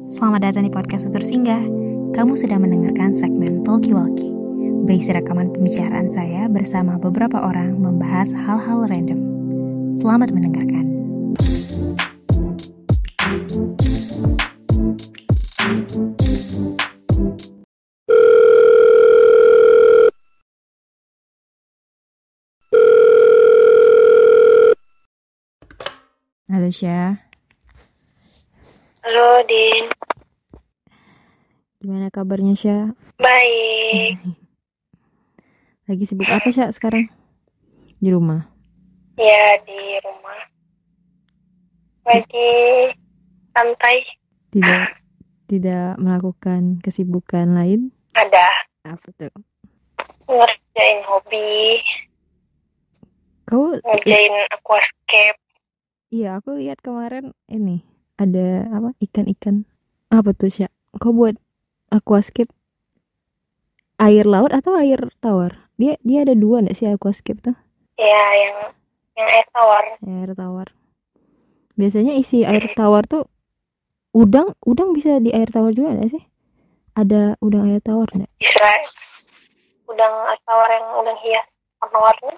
Selamat datang di podcast Tutur Singgah. Kamu sedang mendengarkan segmen Talkie Walkie, berisi rekaman pembicaraan saya bersama beberapa orang membahas hal-hal random. Selamat mendengarkan. Halo Syah. Halo Din. Gimana kabarnya Syah? Baik. Lagi sibuk apa Syah sekarang? Di rumah? Ya, di rumah. Lagi santai. Tidak melakukan kesibukan lain? Ada. Apa tuh? Ngerjain hobi. Kau Ngerjain aquascape. Iya, aku lihat kemarin ini ada apa ikan-ikan. Apa tuh Syah? Kau buat aquascape air laut atau air tawar? Dia ada dua nggak sih aquascape tuh? Ya, yang air tawar. Air tawar. Biasanya isi air tawar tuh udang bisa di air tawar juga nggak sih? Ada udang air tawar nggak? Bisa udang air tawar yang udang hias warna-warni.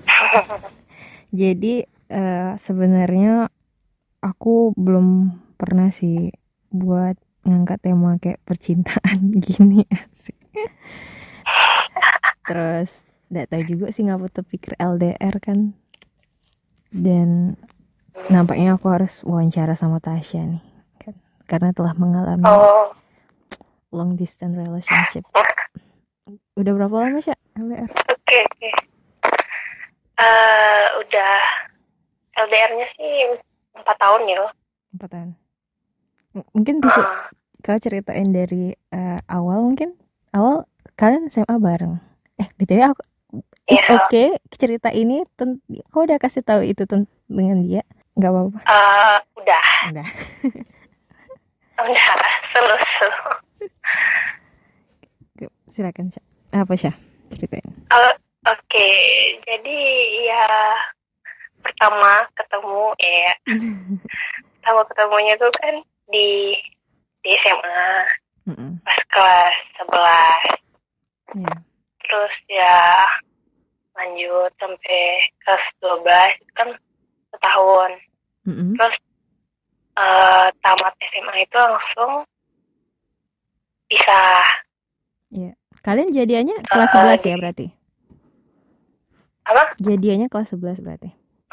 Jadi sebenarnya aku belum pernah sih buat ngangkat tema kayak percintaan gini asik. Terus nggak tahu juga sih ngapa terpikir LDR kan. Dan nampaknya aku harus wawancara sama Tasya nih kan, karena telah mengalami long distance relationship. Udah berapa lama sih LDR? Oke. Udah LDR-nya sih 4 tahun ya. 4 tahun. Mungkin bisa kau ceritain dari awal mungkin. Awal kalian SMA bareng. BTW aku oke, cerita ini kau udah kasih tahu itu dengan dia? Enggak apa-apa. Udah. Udah, selalu. Silakan, Syah. Apa Syah? Ceritain. Oke, jadi ya pertama ketemu ketemunya tuh kan di SMA pas kelas 11. Yeah. Terus ya lanjut sampai kelas 12 kan setahun. Terus tamat SMA itu langsung pisah. Iya. Kalian jadiannya kelas 11 ya berarti? Apa? Jadiannya kelas 11 berarti?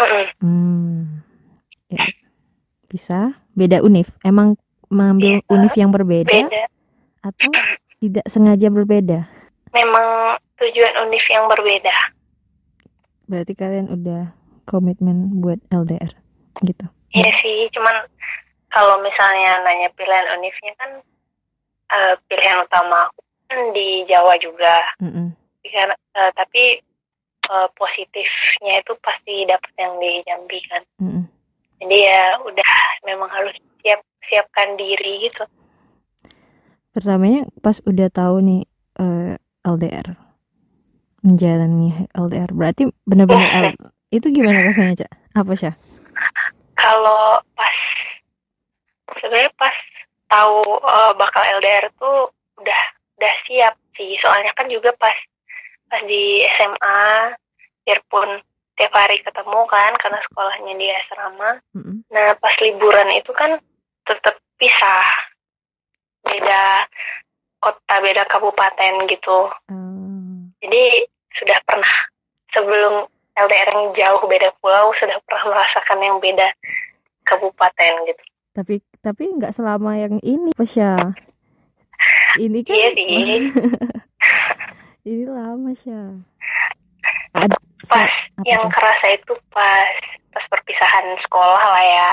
Ya. Pisah, beda univ. Emang mengambil univ yang berbeda? Beda. Atau tidak sengaja berbeda? Memang tujuan univ yang berbeda. Berarti kalian udah komitmen buat LDR gitu? Iya sih, cuman kalau misalnya nanya pilihan univnya kan pilihan utama aku kan di Jawa juga. Tapi positifnya itu pasti dapat yang di Jambi kan. Jadi ya udah memang harus siapkan diri gitu. Pertamanya pas udah tahu nih LDR, menjalani LDR, berarti benar-benar itu gimana rasanya Cak? Apa Syah? Kalau sebenarnya pas tahu bakal LDR tuh udah siap sih, soalnya kan juga pas di SMA biarpun tiap hari ketemu kan karena sekolahnya di asrama. Nah pas liburan itu kan tetap pisah, beda kota, beda kabupaten gitu. Jadi sudah pernah sebelum LDR yang jauh beda pulau sudah pernah merasakan yang beda kabupaten gitu. Tapi nggak selama yang ini Pasya. Ini kan iya sih. Ini lama Syah. Pas yang tuh? Kerasa itu pas perpisahan sekolah lah ya.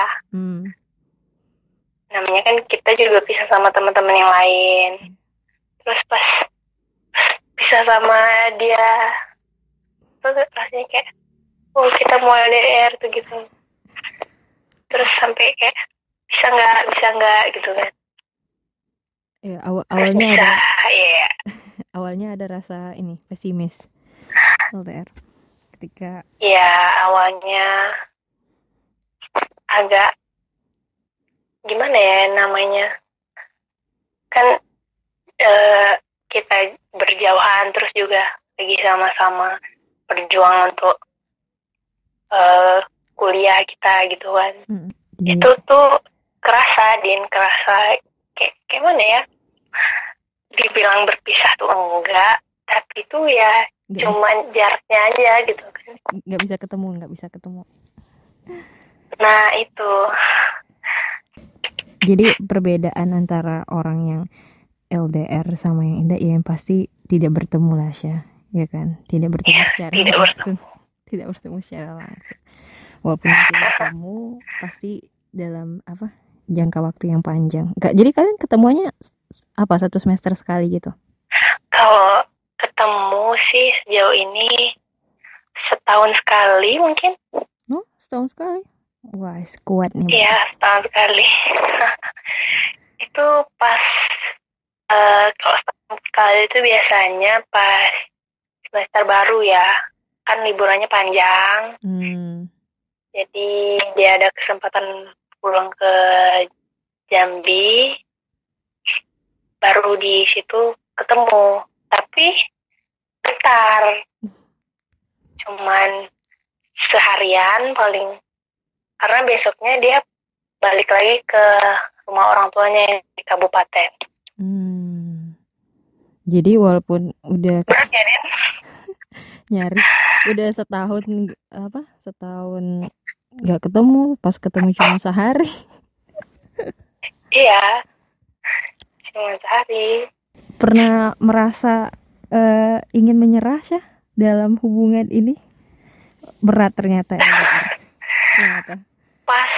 Namanya kan kita juga pisah sama teman-teman yang lain. Terus pas pisah sama dia tuh rasanya kayak kita mau LDR tuh gitu. Terus sampai kayak bisa nggak gitu kan. Ya, awalnya ada rasa ini pesimis LDR ketika awalnya agak gimana ya namanya, kan kita berjauhan terus juga lagi sama-sama berjuang untuk kuliah kita gitu kan. Itu tuh kerasa kayak mana ya, dibilang berpisah tuh enggak, tapi tuh ya cuman jaraknya aja gitu kan, nggak bisa ketemu. Nah itu jadi perbedaan antara orang yang LDR sama yang Indah ya yang pasti tidak bertemu lah Syah, ya kan, tidak bertemu secara langsung. Tidak bertemu secara langsung. Walaupun tidak bertemu, pasti dalam jangka waktu yang panjang. Jadi kalian ketemuannya 1 semester sekali gitu? Kalau ketemu sih sejauh ini setahun sekali mungkin. Oh, setahun sekali? Wah, kuat nih. Iya, setahun sekali. Itu pas kalau setahun sekali itu biasanya pas semester baru ya, kan liburannya panjang. Jadi dia ada kesempatan pulang ke Jambi, baru di situ ketemu. Tapi bentar, cuman seharian paling, karena besoknya dia balik lagi ke rumah orang tuanya yang di kabupaten. Jadi walaupun udah berat ya, Den? nyaris udah setahun nggak ketemu, pas ketemu cuma sehari. Iya, cuma sehari. Pernah merasa ingin menyerah Syah dalam hubungan ini? Berat ternyata ya. Ternyata. Pas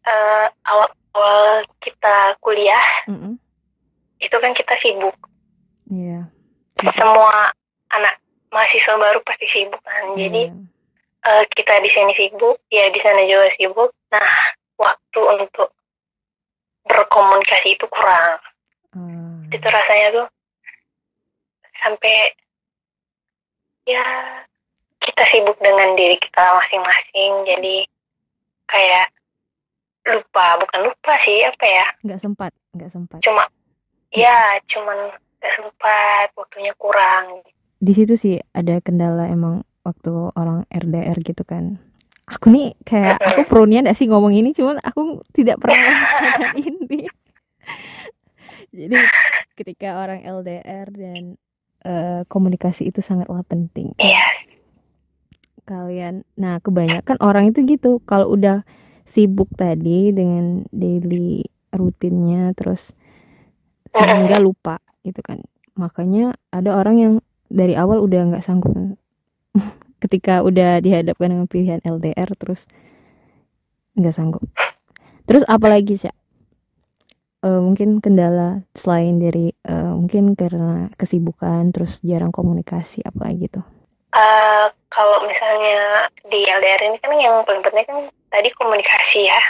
awal kita kuliah, itu kan kita sibuk. Iya. Semua anak mahasiswa baru pasti sibuk kan. Jadi kita di sini sibuk, ya di sana juga sibuk. Nah, waktu untuk berkomunikasi itu kurang. Itu rasanya tuh sampai ya kita sibuk dengan diri kita masing-masing, jadi kayak bukan lupa sih, nggak sempat cuman nggak sempat, waktunya kurang. Di situ sih ada kendala emang waktu orang RDR gitu kan. Aku nih kayak aku prone-nya nggak sih ngomong ini, cuman aku tidak pernah merasakan ini. Jadi ketika orang LDR dan komunikasi itu sangatlah penting. Kalian, nah kebanyakan orang itu gitu, kalau udah sibuk tadi dengan daily rutinnya, terus sehingga lupa gitu kan. Makanya ada orang yang dari awal udah nggak sanggup ketika udah dihadapkan dengan pilihan LDR terus nggak sanggup. Terus apalagi sih? Mungkin kendala selain dari mungkin karena kesibukan, terus jarang komunikasi, apalagi gitu. Kalau misalnya di LDR ini kan yang paling penting kan tadi komunikasi ya.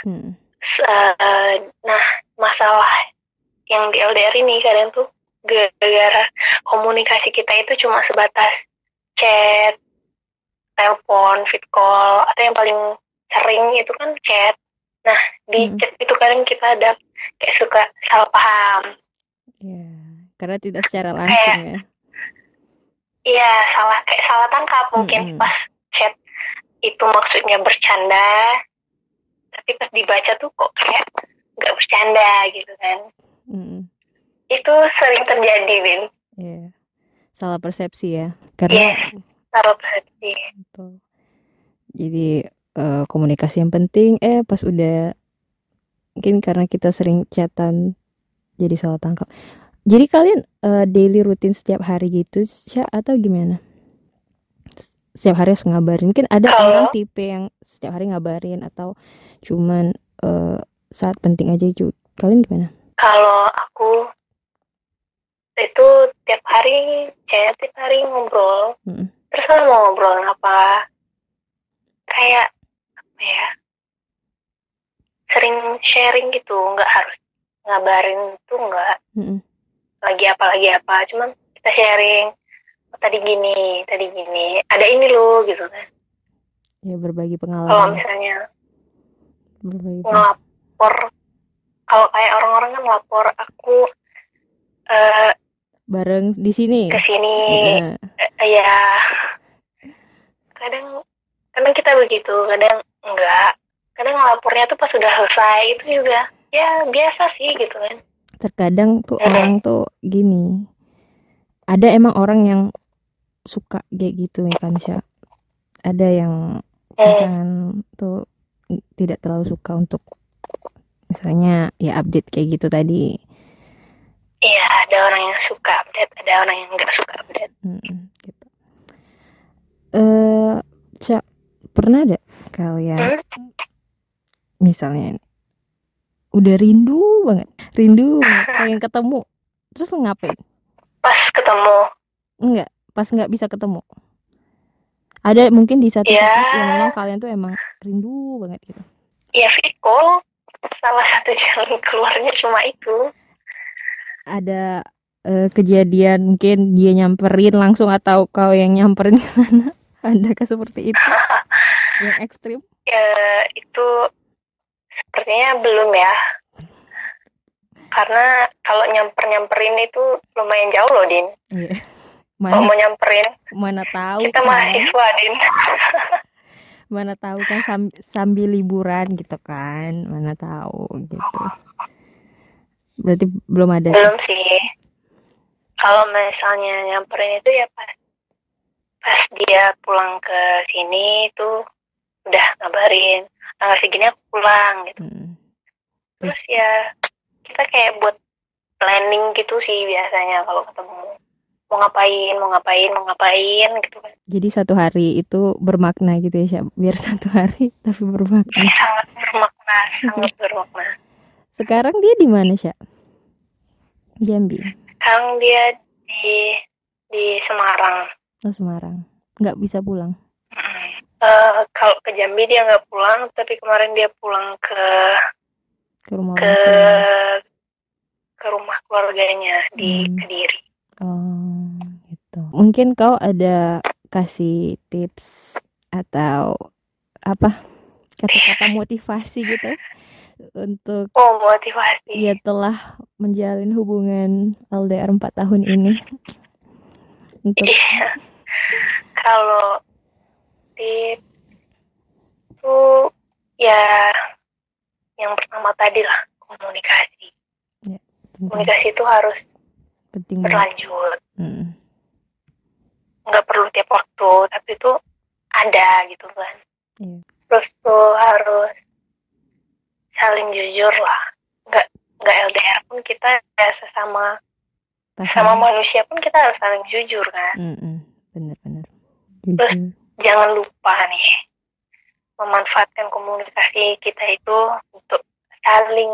Nah, masalah yang di LDR ini kadang tuh gara-gara komunikasi kita itu cuma sebatas chat, telepon, video call, atau yang paling sering itu kan chat. Nah, di chat itu kadang kita ada kayak suka salah paham. Iya, karena tidak secara langsung ya. Iya, salah tangkap mungkin pas chat itu maksudnya bercanda, tapi pas dibaca tuh kok kayak nggak bercanda gitu kan. Itu sering terjadi, Bin. Iya, salah persepsi ya, karena salah persepsi. Betul. Jadi komunikasi yang penting, pas udah mungkin karena kita sering chatan jadi salah tangkap. Jadi kalian daily rutin setiap hari gitu atau gimana? Setiap hari harus ngabarin? Mungkin ada orang tipe yang setiap hari ngabarin atau cuman saat penting aja juga. Kalian gimana? Kalau aku itu tiap hari chat, tiap hari ngobrol. Terus mau ngobrol apa? Kayak apa ya? Sering sharing gitu, nggak harus ngabarin tuh nggak. Lagi apa, cuman kita sharing. Tadi gini, ada ini loh gitu kan. Ya, berbagi pengalaman. Kalau misalnya ngelapor, kalau kayak orang-orang kan ngelapor aku bareng di sini. ke sini. Heeh. Ya kadang kita begitu, kadang enggak. Kadang lapornya tuh pas sudah selesai itu juga ya biasa sih gitu kan. Terkadang tuh orang tuh gini, ada emang orang yang suka kayak gitu ya kan, Sya. Ada yang pasangan tuh tidak terlalu suka untuk misalnya ya update kayak gitu tadi. Iya, ada orang yang suka update, ada orang yang nggak suka update. Gitu. Cak, pernah ada kalian misalnya udah rindu banget pengen ketemu, terus ngapain? Pas ketemu? Enggak, pas nggak bisa ketemu. Ada mungkin di satu titik yang memang kalian tuh emang rindu banget gitu. Ya video call, salah satu jalan keluarnya cuma itu. Ada kejadian mungkin dia nyamperin langsung atau kau yang nyamperin ke sana? Adakah seperti itu? Yang ekstrim? Ya itu sepertinya belum ya. Karena kalau nyamperin itu lumayan jauh loh, Din. Iya. Kalau mau nyamperin, mana tahu kita kan? mahasiswa, Din. Mana tahu kan sambil liburan gitu kan, mana tahu gitu. Berarti belum ada. Belum sih. Kalau misalnya nyamperin itu ya pas dia pulang ke sini tuh udah ngabarin, tanggal segini aku pulang gitu. Terus ya kita kayak buat planning gitu sih biasanya kalau ketemu. Mau ngapain gitu kan. Jadi satu hari itu bermakna gitu ya, Syah? Biar satu hari tapi bermakna. Sangat bermakna. Sekarang dia di mana, Syah? Jambi. Sekarang dia di Semarang. Oh, Semarang. Nggak bisa pulang? Kalau ke Jambi dia nggak pulang, tapi kemarin dia pulang ke rumah ke rumah keluarganya di Kediri. Oh, gitu. Mungkin kau ada kasih tips atau apa kata-kata motivasi gitu untuk motivasi ya telah menjalin hubungan LDR 4 tahun ini untuk kalau tips itu ya yang pertama tadi lah komunikasi ya, komunikasi itu harus penting berlanjut nggak perlu tiap waktu tapi itu ada gitu kan ya. Terus tuh harus saling jujur lah nggak LDR pun kita ya sesama manusia pun kita harus saling jujur kan benar-benar terus jangan lupa nih memanfaatkan komunikasi kita itu untuk saling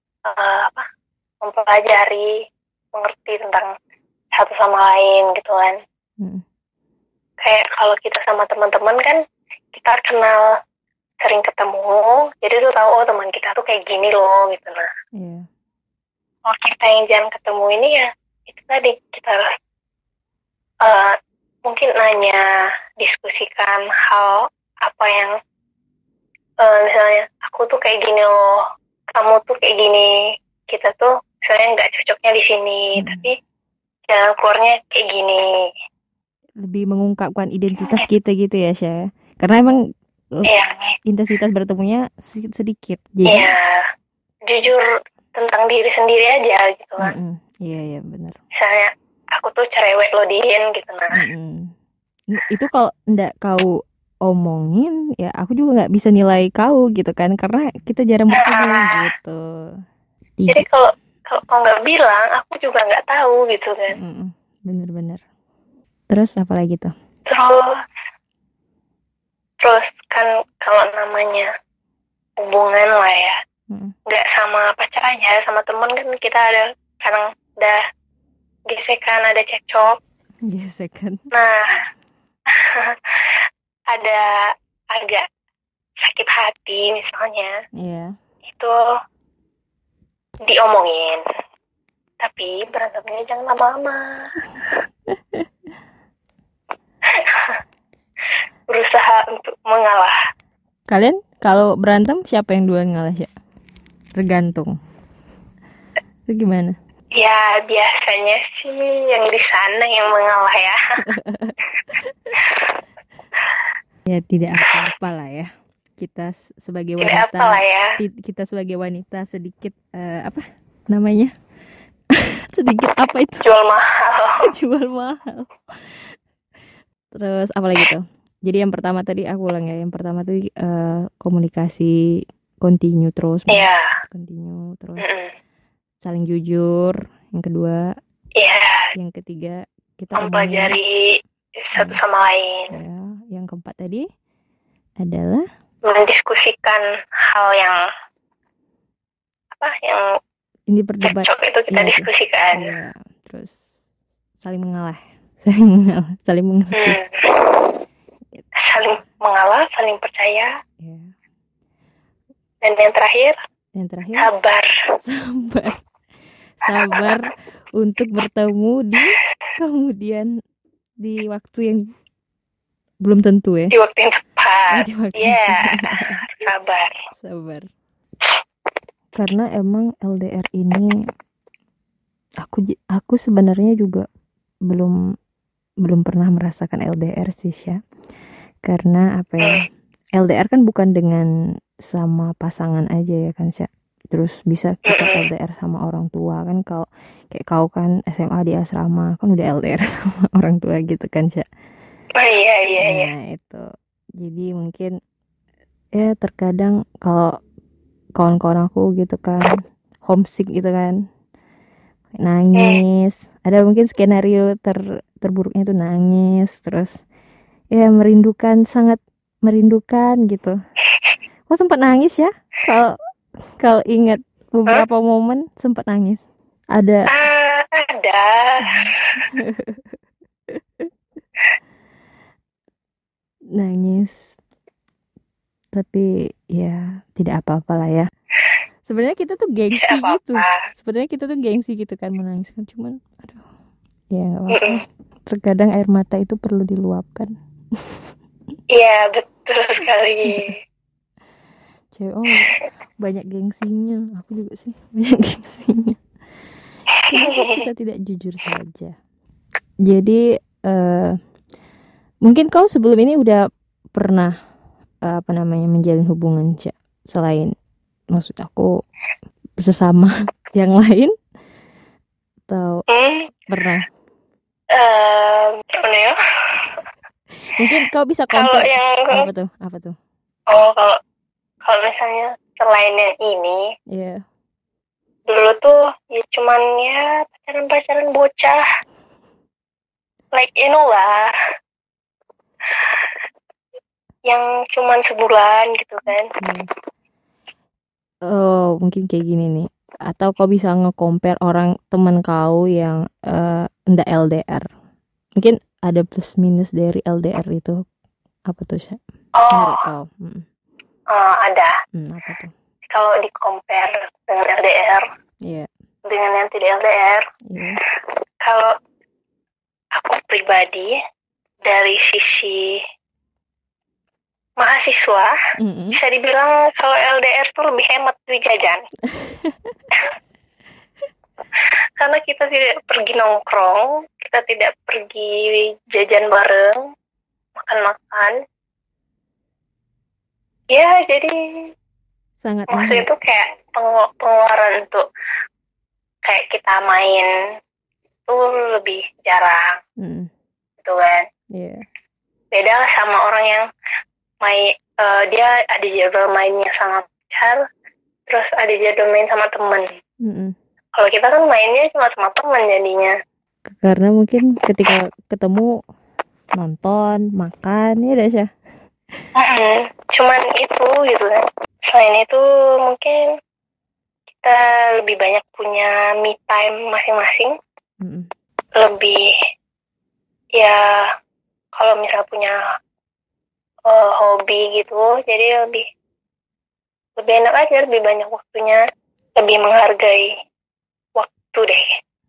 mempelajari mengerti tentang satu sama lain gitu kan kayak kalau kita sama teman-teman kan kita kenal sering ketemu jadi tuh tahu oh teman kita tuh kayak gini loh gitu nah kalau kita yang jarang ketemu ini ya itu tadi kita harus mungkin nanya diskusikan hal apa yang misalnya aku tuh kayak gini loh kamu tuh kayak gini kita tuh misalnya nggak cocoknya di sini tapi jalan keluarnya kayak gini lebih mengungkapkan identitas kita gitu ya Syah karena emang intensitas bertemunya sedikit jadi jujur tentang diri sendiri aja gitu kan iya benar misalnya aku tuh cerewet loh Din gitu nah itu kalau ndak kau omongin ya aku juga nggak bisa nilai kau gitu kan karena kita jarang bertemu gitu jadi kalau nggak bilang aku juga nggak tahu gitu kan bener-bener terus apa lagi tuh terus kan kalau namanya hubungan lah ya nggak sama pacar aja sama temen kan kita ada kadang udah gesekan ada cekcok nah ada agak sakit hati misalnya itu diomongin tapi berantemnya jangan lama-lama berusaha untuk mengalah. Kalian kalau berantem siapa yang duluan ngalah ya? Tergantung. Itu gimana? Ya biasanya sih yang di sana yang mengalah ya. Ya tidak apa-apa lah ya. Kita sebagai Tidak wanita, apa lah ya. kita sebagai wanita sedikit apa namanya? Sedikit apa itu? Jual mahal. Jual mahal. Terus apa lagi tuh? Jadi yang pertama tadi aku ulang ya. Yang pertama tadi komunikasi continue terus. Iya. Continue terus. Saling jujur. Yang kedua. Iya. Yang ketiga kita mempelajari satu sama lain. Ya. Yang keempat tadi adalah mendiskusikan hal yang apa yang ini berdebat. Cocok itu kita diskusikan. Ya. Terus saling mengalah. Saling mengerti. Saling mengalah, saling percaya. Ya. Dan yang terakhir sabar untuk bertemu di kemudian di waktu yang belum tentu ya. Di waktu yang tepat. Sabar. Karena emang LDR ini aku sebenarnya juga belum pernah merasakan LDR sih ya. Karena apa ya? LDR kan bukan dengan sama pasangan aja ya kan Sya. Terus bisa kita LDR sama orang tua kan, kalau kayak kau kan SMA di asrama kan udah LDR sama orang tua gitu kan Sya. Iya. Nah itu jadi mungkin ya terkadang kalau kawan-kawan aku gitu kan homesick gitu kan, nangis, ada mungkin skenario terburuknya itu nangis, terus ya sangat merindukan gitu. Kok sempat nangis ya kalau ingat beberapa momen sempat nangis. Ada nangis, tapi ya tidak apa-apa lah ya. Sebenarnya kita tuh gengsi gitu kan menangis kan, cuman aduh ya nggak apa-apa. Terkadang air mata itu perlu diluapkan. Iya betul sekali. Cewek banyak gengsinya, aku juga sih banyak gengsinya. Kenapa kita tidak jujur saja? Jadi mungkin kau sebelum ini udah pernah menjalin hubungan selain, maksud aku sesama yang lain atau pernah? Pernah ya? Mungkin kau bisa compare apa tuh? Oh, kalau misalnya selain yang ini, dulu tuh ya cuman ya pacaran bocah, like lah, yang cuman sebulan gitu kan. Oh, mungkin kayak gini nih. Atau kau bisa nge-compare orang teman kau yang ndak LDR. Mungkin ada plus minus dari LDR itu. Apa tuh, Sya? Menurut kau? Ada. Apa tuh? Kalau di-compare dengan LDR, dengan yang tidak LDR, kalau aku pribadi dari sisi mahasiswa, bisa dibilang kalau LDR tuh lebih hemat duit jajan. Karena kita tidak pergi nongkrong, kita tidak pergi jajan bareng, makan-makan. Ya, jadi sangat maksudnya itu kayak pengeluaran untuk kayak kita main itu lebih jarang. Gitu kan. Beda sama orang yang dia ada jadwal mainnya sama pacar, terus ada jadwal main sama temen. Kalau kita kan mainnya cuma sama temen jadinya. Karena mungkin ketika ketemu nonton, makan, ya udah Syah. Cuman itu gitu kan. Selain itu mungkin kita lebih banyak punya me time masing-masing. Lebih ya kalau misal punya hobi gitu, jadi lebih enak aja, lebih banyak waktunya, lebih menghargai waktu deh.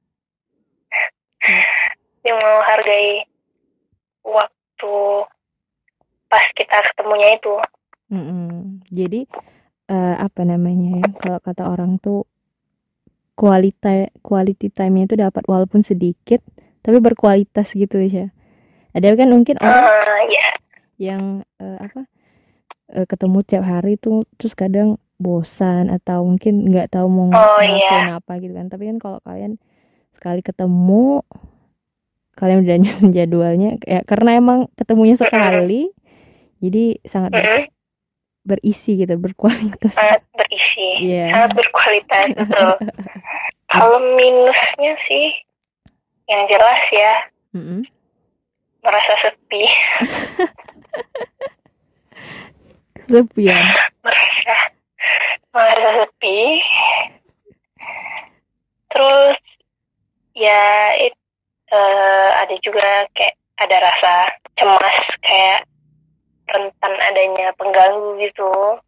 Lebih menghargai waktu pas kita ketemunya itu. Jadi apa namanya ya, kalau kata orang tuh quality time-nya itu dapat walaupun sedikit tapi berkualitas gitu ya. Ada kan mungkin orang yang ketemu tiap hari tuh terus kadang bosan atau mungkin nggak tahu mau ngapain apa gitu kan. Tapi kan kalau kalian sekali ketemu, kalian udah nyusun jadwalnya ya, karena emang ketemunya sekali, jadi sangat berisi gitu, berkualitas. Sangat berisi, sangat berkualitas, betul. Kalau minusnya sih, yang jelas ya, merasa sepi. Kesepian. merasa sepi. Terus ya ada juga kayak ada rasa cemas, kayak rentan adanya pengganggu gitu.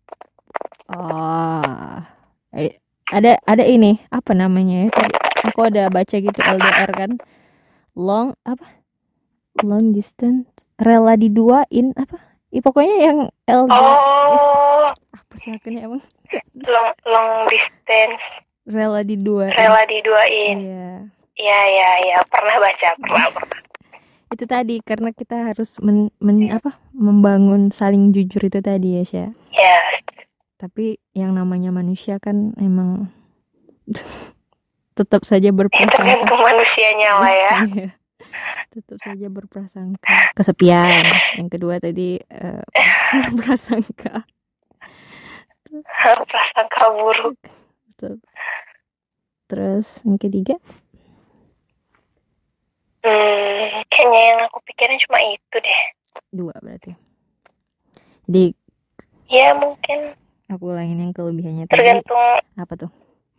Ada ini apa namanya ya, tadi aku ada baca gitu, LDR kan, long distance, rela diduain apa pokoknya yang LDR. Apa sih akhirnya emang long distance, rela diduain. Iya, pernah baca. Itu tadi karena kita harus membangun saling jujur itu tadi ya, Sya. Iya. Tapi yang namanya manusia kan emang tetap saja berprasangka. Tergantung manusianya lah ya. Tetap saja berprasangka. Kesepian. Yang kedua tadi berprasangka. Prasangka buruk. Betul. Terus yang ketiga? Kayaknya yang aku pikirin cuma itu deh. 2 berarti. Jadi ya mungkin aku ulangin yang kelebihannya tergantung tadi. Apa tuh?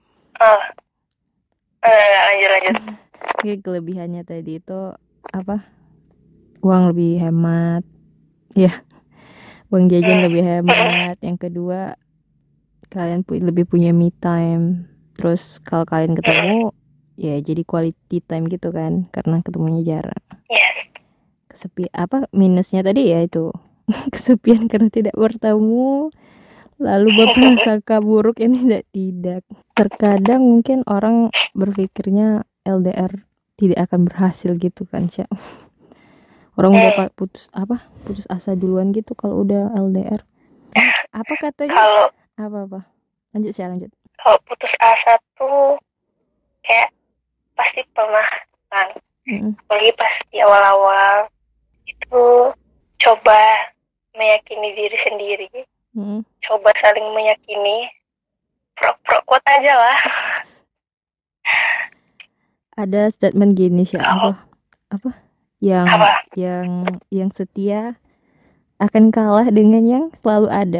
Lanjut. Oke, kelebihannya tadi itu apa? Uang lebih hemat. Ya. Uang jajan lebih hemat. Yang kedua, kalian lebih punya me time. Terus kalau kalian ketemu, ya jadi quality time gitu kan, karena ketemunya jarang. Minusnya tadi ya itu kesepian karena tidak bertemu, lalu berprasangka buruk yang tidak. Terkadang mungkin orang berpikirnya LDR tidak akan berhasil gitu kan, Cak. Orang udah putus asa duluan gitu kalau udah LDR. Apa katanya? Apa? Lanjut. Kalau putus asa tuh kayak pasti pernah kan. Apalagi pas di awal-awal itu coba meyakini diri sendiri. Coba saling meyakini. Pro kuat aja lah. Ada statement gini sih, yang setia akan kalah dengan yang selalu ada.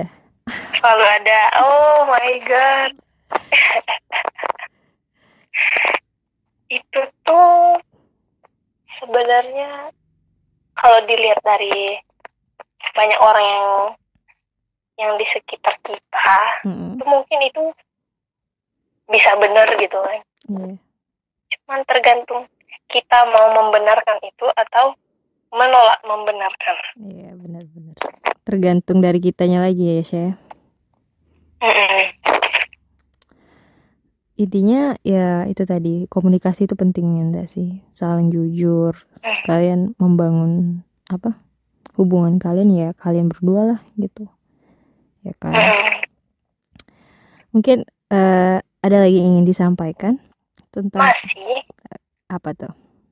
Oh my god. Itu tuh sebenarnya kalau dilihat dari banyak orang yang di sekitar kita, itu mungkin itu bisa benar gitu kan. Cuman tergantung kita mau membenarkan itu atau menolak membenarkan. Iya, benar-benar. Tergantung dari kitanya lagi ya, Syah. Intinya ya itu tadi, komunikasi itu penting ya enggak sih? Saling jujur. Kalian membangun hubungan kalian ya kalian berdua lah gitu. Ya kan. Mungkin ada lagi yang ingin disampaikan tentang apa tuh?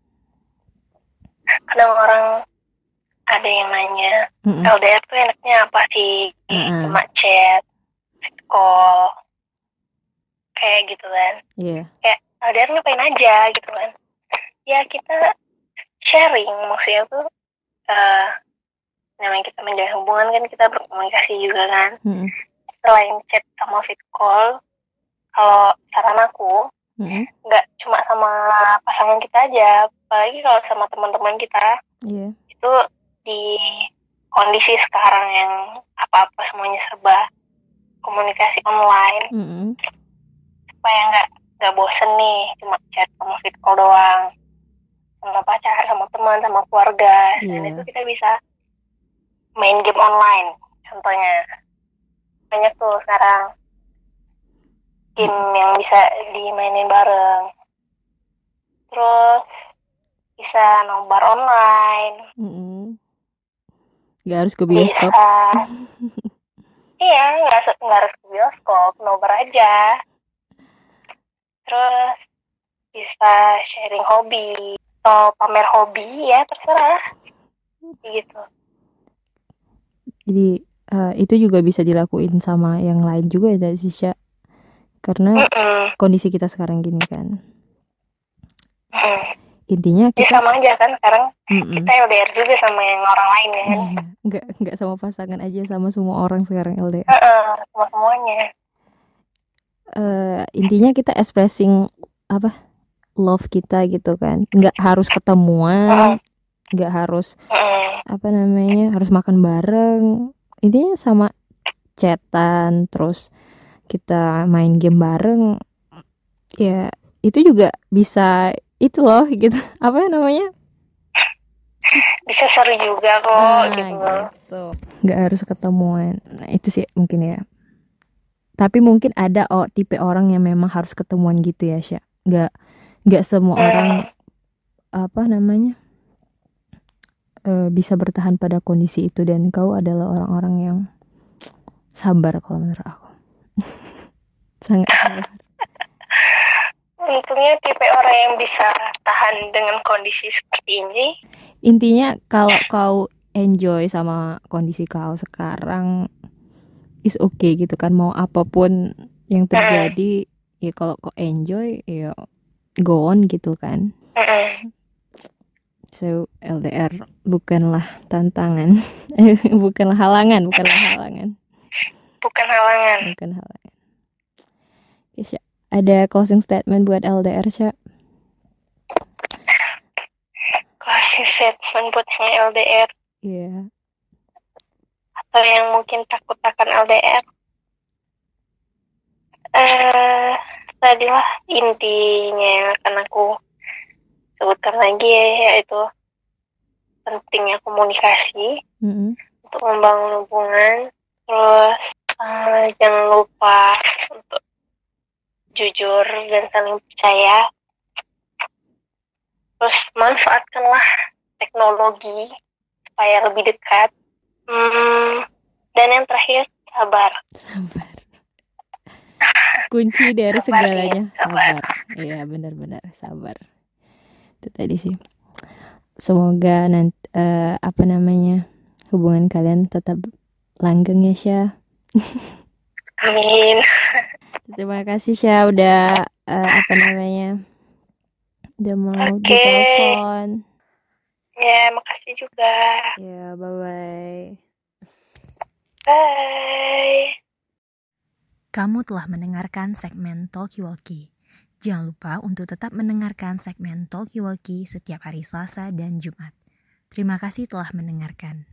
Kadang orang ada yang nanya, LDR tuh enaknya apa sih? Cuma chat, call, kayak gitu kan. Kayak LDR ngapain aja gitu kan. Ya kita sharing, maksudnya tuh namanya kita menjalin hubungan kan kita berkomunikasi juga kan. Selain chat sama fit call, kalau saran aku nggak cuma sama pasangan kita aja, apalagi kalau sama teman-teman kita. Itu di kondisi sekarang yang apa-apa semuanya serba komunikasi online, supaya nggak bosen nih cuma chat sama fit call doang, sama pacar, sama teman, sama keluarga. Dan itu kita bisa main game online contohnya. Banyak tuh sekarang game yang bisa dimainin bareng. Terus bisa nobar online. Nggak harus ke bioskop. Iya, nggak harus ke bioskop, nobar aja. Terus bisa sharing hobi atau pamer hobi, ya terserah gitu. Jadi itu juga bisa dilakuin sama yang lain juga ya Sisha, karena kondisi kita sekarang gini kan. Intinya kita sama aja kan sekarang kita LDR juga sama yang orang lain ya kan. Nggak sama pasangan aja, sama semua orang sekarang LDR. Sama semuanya. Intinya kita expressing love kita gitu kan, nggak harus ketemuan, nggak harus harus makan bareng. Intinya sama chatan, terus kita main game bareng, ya itu juga bisa itu loh gitu, bisa seru juga kok gitu. Nggak harus ketemuan. Nah itu sih mungkin ya. Tapi mungkin ada tipe orang yang memang harus ketemuan gitu ya Sya. Nggak semua orang bisa bertahan pada kondisi itu, dan kau adalah orang-orang yang sabar kalau menurut aku. Sangat sabar. Untungnya tipe orang yang bisa tahan dengan kondisi seperti ini. Intinya kalau kau enjoy sama kondisi kau sekarang, is okay gitu kan, mau apapun yang terjadi ya kalau kau enjoy ya go on gitu kan. So LDR bukanlah tantangan, bukanlah halangan. Yes, ada closing statement buat LDR, Cak? Closing statement buat yang LDR? Iya. Atau yang mungkin takut akan LDR? Tadilah intinya yang akan aku sebutkan lagi ya, yaitu pentingnya komunikasi untuk membangun hubungan. Terus jangan lupa untuk jujur dan saling percaya. Terus manfaatkanlah teknologi supaya lebih dekat. Dan yang terakhir, sabar. Kunci dari segalanya, sabar. Iya, benar-benar sabar. Itu tadi sih. Semoga nanti hubungan kalian tetap langgeng ya, Syah. Amin. Terima kasih Syah udah udah mau ditelepon. Ya, makasih juga. Ya, bye-bye. Bye. Kamu telah mendengarkan segmen Talkie Walkie. Jangan lupa untuk tetap mendengarkan segmen Talkie Walkie setiap hari Selasa dan Jumat. Terima kasih telah mendengarkan.